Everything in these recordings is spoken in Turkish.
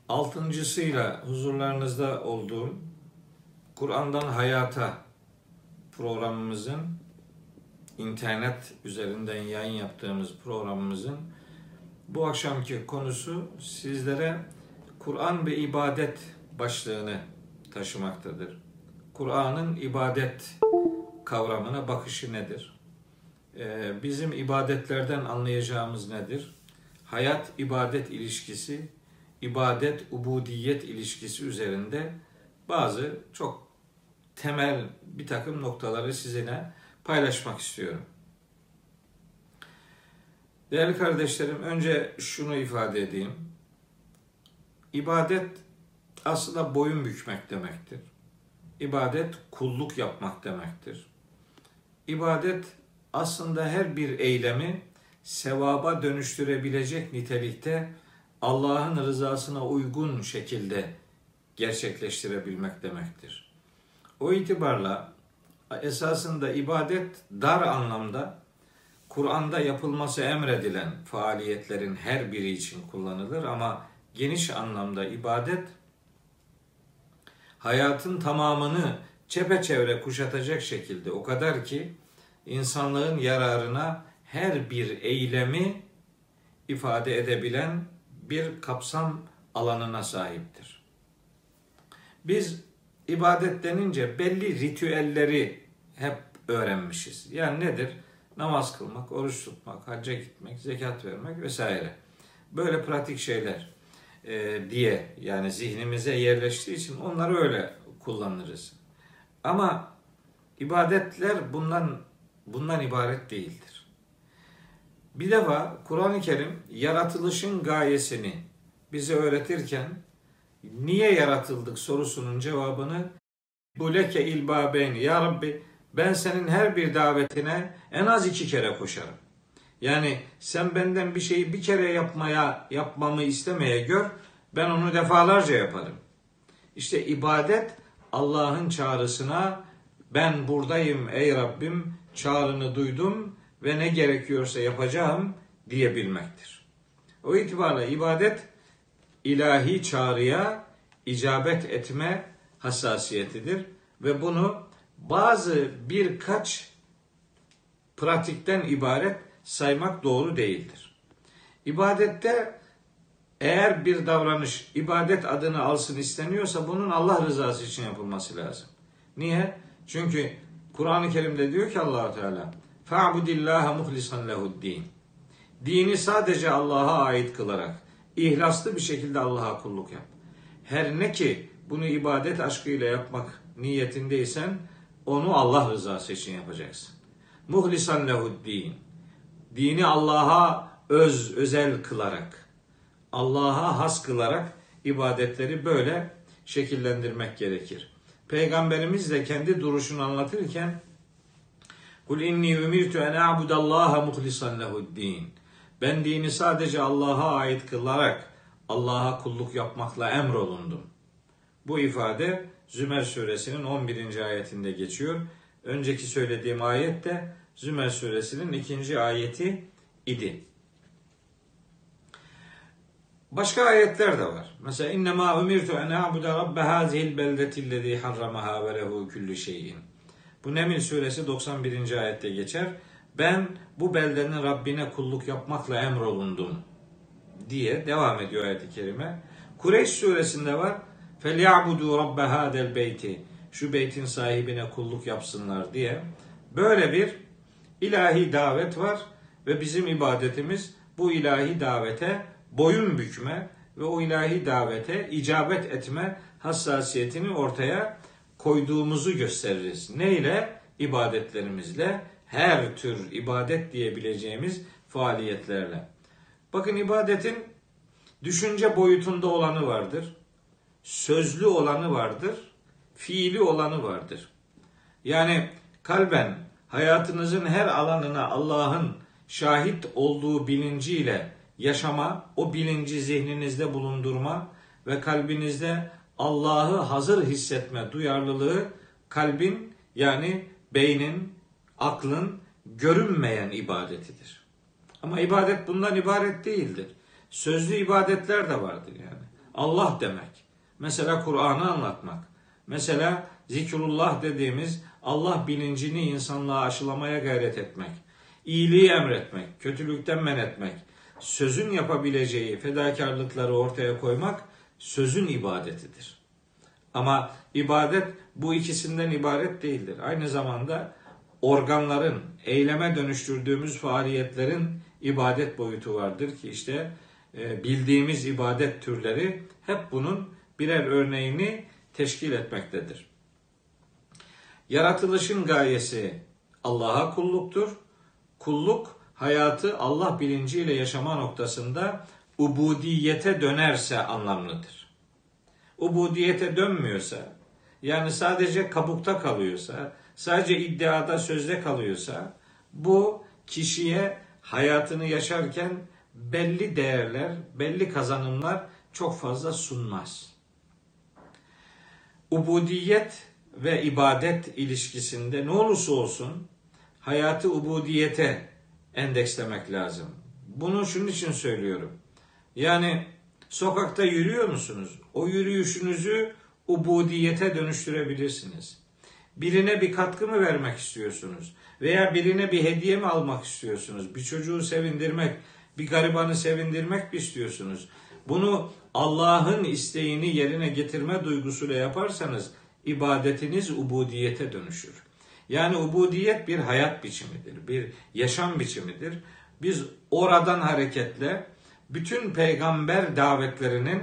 Altıncısıyla huzurlarınızda olduğum Kur'an'dan Hayata programımızın, internet üzerinden yayın yaptığımız programımızın bu akşamki konusu sizlere Kur'an ve ibadet başlığını taşımaktadır. Kur'an'ın ibadet kavramına bakışı nedir? Bizim ibadetlerden anlayacağımız nedir? Hayat ibadet ilişkisi, ibadet ubudiyet ilişkisi üzerinde bazı çok temel bir takım noktaları sizinle paylaşmak istiyorum. Değerli kardeşlerim, önce şunu ifade edeyim. İbadet aslında boyun bükmek demektir. İbadet kulluk yapmak demektir. İbadet aslında her bir eylemi sevaba dönüştürebilecek nitelikte Allah'ın rızasına uygun şekilde gerçekleştirebilmek demektir. O itibarla esasında ibadet dar anlamda Kur'an'da yapılması emredilen faaliyetlerin her biri için kullanılır ama geniş anlamda ibadet hayatın tamamını çepeçevre kuşatacak şekilde o kadar ki insanlığın yararına her bir eylemi ifade edebilen bir kapsam alanına sahiptir. Biz ibadet denince belli ritüelleri hep öğrenmişiz. Yani nedir? Namaz kılmak, oruç tutmak, hacca gitmek, zekat vermek vesaire. Böyle pratik şeyler diye yani zihnimize yerleştiği için onları öyle kullanırız. Ama ibadetler bundan ibaret değildir. Bir defa Kur'an-ı Kerim yaratılışın gayesini bize öğretirken niye yaratıldık sorusunun cevabını bu leke ilbabeyni ya Rabbi ben senin her bir davetine en az 2 kere koşarım. Yani sen benden bir şeyi bir kere yapmamı istemeye gör, ben onu defalarca yaparım. İşte ibadet Allah'ın çağrısına ben buradayım ey Rabbim, çağrını duydum ve ne gerekiyorsa yapacağım diyebilmektir. O itibarla ibadet ilahi çağrıya icabet etme hassasiyetidir ve bunu birkaç pratikten ibaret saymak doğru değildir. İbadette eğer bir davranış ibadet adını alsın isteniyorsa bunun Allah rızası için yapılması lazım. Niye? Çünkü Kur'an-ı Kerim'de diyor ki Allah Teala "Fa'budillaha muhlisan lehu'd-din." Dini sadece Allah'a ait kılarak ihlaslı bir şekilde Allah'a kulluk yap. Her ne ki bunu ibadet aşkıyla yapmak niyetindeysen onu Allah rızası için yapacaksın. Muhlisan lehu'd-din. Dini Allah'a özel kılarak, Allah'a has kılarak ibadetleri böyle şekillendirmek gerekir. Peygamberimiz de kendi duruşunu anlatırken "Kul inni umirtu en a'budallaha muhlisan lehu'd-din." Ben dini sadece Allah'a ait kılarak Allah'a kulluk yapmakla emrolundum. Bu ifade Zümer suresinin 11. ayetinde geçiyor. Önceki söylediğim ayet de Zümer suresinin 2. ayeti idi. Başka ayetler de var. Mesela innema umirtu en a'budu rabbe hazihil beldetillezî harramaha ve lehu kullu şeyin. Bu Neml suresi 91. ayette geçer. Ben bu beldenin Rabbine kulluk yapmakla emrolundum diye devam ediyor ayet-i kerime. Kureyş suresinde var. Felya'budu rabbe hadel beyti. Şu beytin sahibine kulluk yapsınlar diye. Böyle bir ilahi davet var ve bizim ibadetimiz bu ilahi davete boyun bükme ve o ilahi davete icabet etme hassasiyetini ortaya koyduğumuzu gösteririz. Neyle? İbadetlerimizle, her tür ibadet diyebileceğimiz faaliyetlerle. Bakın ibadetin düşünce boyutunda olanı vardır, sözlü olanı vardır, fiili olanı vardır. Yani kalben hayatınızın her alanına Allah'ın şahit olduğu bilinciyle yaşama, o bilinci zihninizde bulundurma ve kalbinizde Allah'ı hazır hissetme duyarlılığı kalbin yani beynin, aklın görünmeyen ibadetidir. Ama ibadet bundan ibaret değildir. Sözlü ibadetler de vardır yani. Allah demek. Mesela Kur'an'ı anlatmak. Mesela zikrullah dediğimiz Allah bilincini insanlığa aşılamaya gayret etmek. İyiliği emretmek, kötülükten men etmek. Sözün yapabileceği fedakarlıkları ortaya koymak sözün ibadetidir. Ama ibadet bu ikisinden ibaret değildir. Aynı zamanda organların, eyleme dönüştürdüğümüz faaliyetlerin ibadet boyutu vardır ki işte bildiğimiz ibadet türleri hep bunun birer örneğini teşkil etmektedir. Yaratılışın gayesi Allah'a kulluktur. Kulluk hayatı Allah bilinciyle yaşama noktasında ubudiyete dönerse anlamlıdır. Ubudiyete dönmüyorsa, yani sadece kabukta kalıyorsa, sadece iddiada, sözde kalıyorsa, bu kişiye hayatını yaşarken belli değerler, belli kazanımlar çok fazla sunmaz. Ubudiyet ve ibadet ilişkisinde ne olursa olsun hayatı ubudiyete endekslemek lazım. Bunu şunun için söylüyorum. Yani sokakta yürüyor musunuz? O yürüyüşünüzü ubudiyete dönüştürebilirsiniz. Birine bir katkı mı vermek istiyorsunuz? Veya birine bir hediye mi almak istiyorsunuz? Bir çocuğu sevindirmek, bir garibanı sevindirmek mi istiyorsunuz? Bunu Allah'ın isteğini yerine getirme duygusuyla yaparsanız ibadetiniz ubudiyete dönüşür. Yani ubudiyet bir hayat biçimidir, bir yaşam biçimidir. Biz oradan hareketle bütün peygamber davetlerinin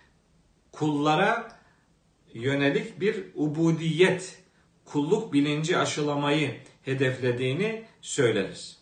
kullara yönelik bir ubudiyet, kulluk bilinci aşılamayı hedeflediğini söyleriz.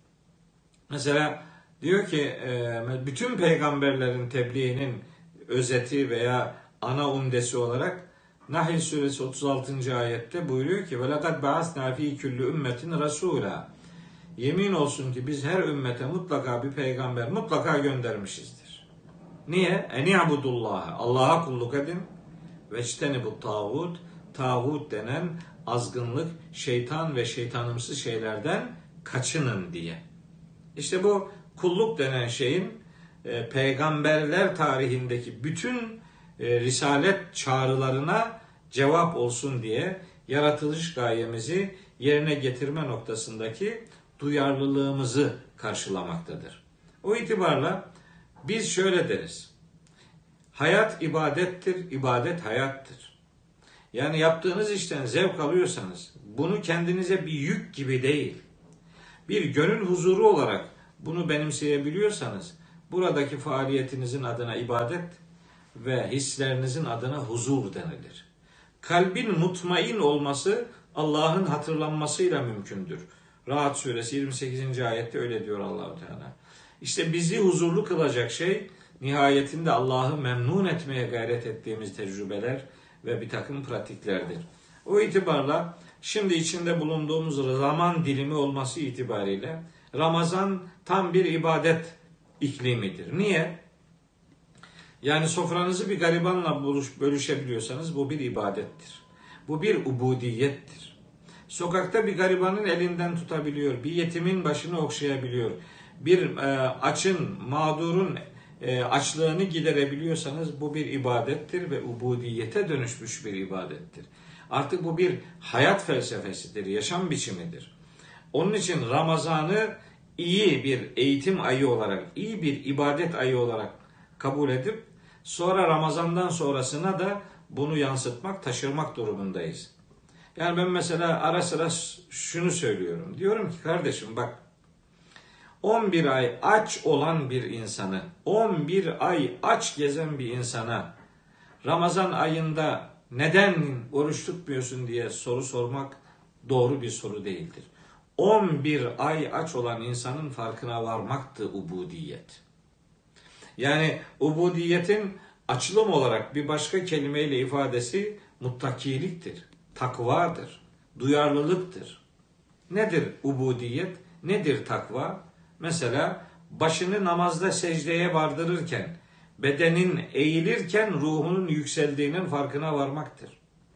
Mesela diyor ki bütün peygamberlerin tebliğinin özeti veya ana umdesi olarak Nahl suresi 36. ayette buyuruyor ki وَلَقَدْ بَعَثْنَا ف۪ي كُلُّ اُمَّةٍ رَسُولًا Yemin olsun ki biz her ümmete mutlaka bir peygamber mutlaka göndermişizdir. Niye? اَنِعْبُدُ Allah'a kulluk edin. وَاجْتَنِبُ tağut Tağut denen azgınlık, şeytan ve şeytanımsı şeylerden kaçının diye. İşte bu kulluk denen şeyin peygamberler tarihindeki bütün risalet çağrılarına cevap olsun diye yaratılış gayemizi yerine getirme noktasındaki duyarlılığımızı karşılamaktadır. O itibarla biz şöyle deriz. Hayat ibadettir, ibadet hayattır. Yani yaptığınız işten zevk alıyorsanız bunu kendinize bir yük gibi değil, bir gönül huzuru olarak bunu benimseyebiliyorsanız buradaki faaliyetinizin adına ibadet ve hislerinizin adına huzur denilir. Kalbin mutmain olması Allah'ın hatırlanmasıyla mümkündür. Rahat suresi 28. ayette öyle diyor Allah-u Teala. İşte bizi huzurlu kılacak şey nihayetinde Allah'ı memnun etmeye gayret ettiğimiz tecrübeler ve bir takım pratiklerdir. O itibarla şimdi içinde bulunduğumuz zaman dilimi olması itibariyle Ramazan tam bir ibadet iklimidir. Niye? Yani sofranızı bir garibanla bölüşebiliyorsanız bu bir ibadettir. Bu bir ubudiyettir. Sokakta bir garibanın elinden tutabiliyor, bir yetimin başını okşayabiliyor, bir açın, mağdurun açlığını giderebiliyorsanız bu bir ibadettir ve ubudiyete dönüşmüş bir ibadettir. Artık bu bir hayat felsefesidir, yaşam biçimidir. Onun için Ramazan'ı iyi bir eğitim ayı olarak, iyi bir ibadet ayı olarak kabul edip sonra Ramazan'dan sonrasına da bunu yansıtmak, taşırmak durumundayız. Yani ben mesela ara sıra şunu söylüyorum. Diyorum ki kardeşim bak 11 ay aç olan bir insanı, 11 ay aç gezen bir insana Ramazan ayında neden oruç tutmuyorsun diye soru sormak doğru bir soru değildir. 11 ay aç olan insanın farkına varmaktı ubudiyet. Yani ubudiyetin açılım olarak bir başka kelimeyle ifadesi muttakiliktir, takvadır, duyarlılıktır. Nedir ubudiyet? Nedir takva? Mesela başını namazda secdeye vardırırken, bedenin eğilirken ruhunun yükseldiğinin farkına varmaktır.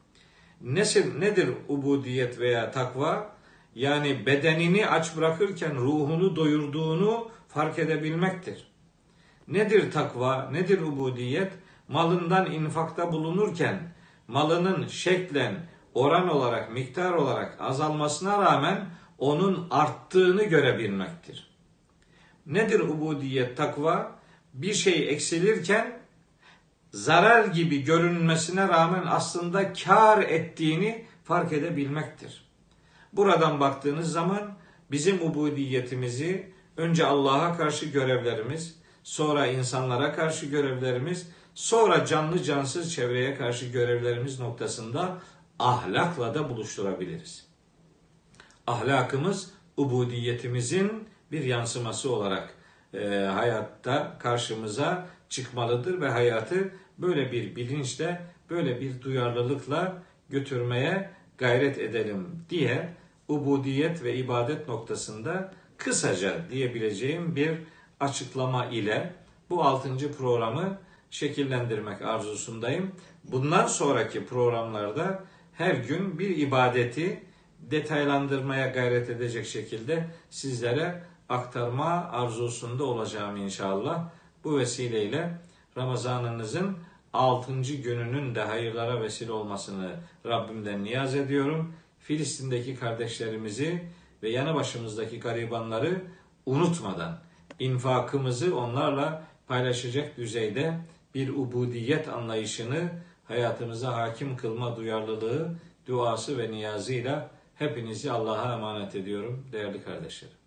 Nedir ubudiyet veya takva? Yani bedenini aç bırakırken ruhunu doyurduğunu fark edebilmektir. Nedir takva? Nedir ubudiyet? malından infakta bulunurken malının şeklen, oran olarak, miktar olarak azalmasına rağmen onun arttığını görebilmektir. Nedir ubudiyet, takva? Bir şey eksilirken zarar gibi görünmesine rağmen aslında kar ettiğini fark edebilmektir. Buradan baktığınız zaman bizim ubudiyetimizi önce Allah'a karşı görevlerimiz, sonra insanlara karşı görevlerimiz, sonra canlı cansız çevreye karşı görevlerimiz noktasında ahlakla da buluşturabiliriz. Ahlakımız ubudiyetimizin bir yansıması olarak hayatta karşımıza çıkmalıdır ve hayatı böyle bir bilinçle, böyle bir duyarlılıkla götürmeye gayret edelim diye ubudiyet ve ibadet noktasında kısaca diyebileceğim bir açıklama ile bu 6. programı şekillendirmek arzusundayım. Bundan sonraki programlarda her gün bir ibadeti detaylandırmaya gayret edecek şekilde sizlere aktarma arzusunda olacağım inşallah. Bu vesileyle Ramazanınızın 6. gününün de hayırlara vesile olmasını Rabbimden niyaz ediyorum. Filistin'deki kardeşlerimizi ve yanı başımızdaki garibanları unutmadan infakımızı onlarla paylaşacak düzeyde bir ubudiyet anlayışını hayatımıza hakim kılma duyarlılığı, duası ve niyazıyla hepinizi Allah'a emanet ediyorum değerli kardeşlerim.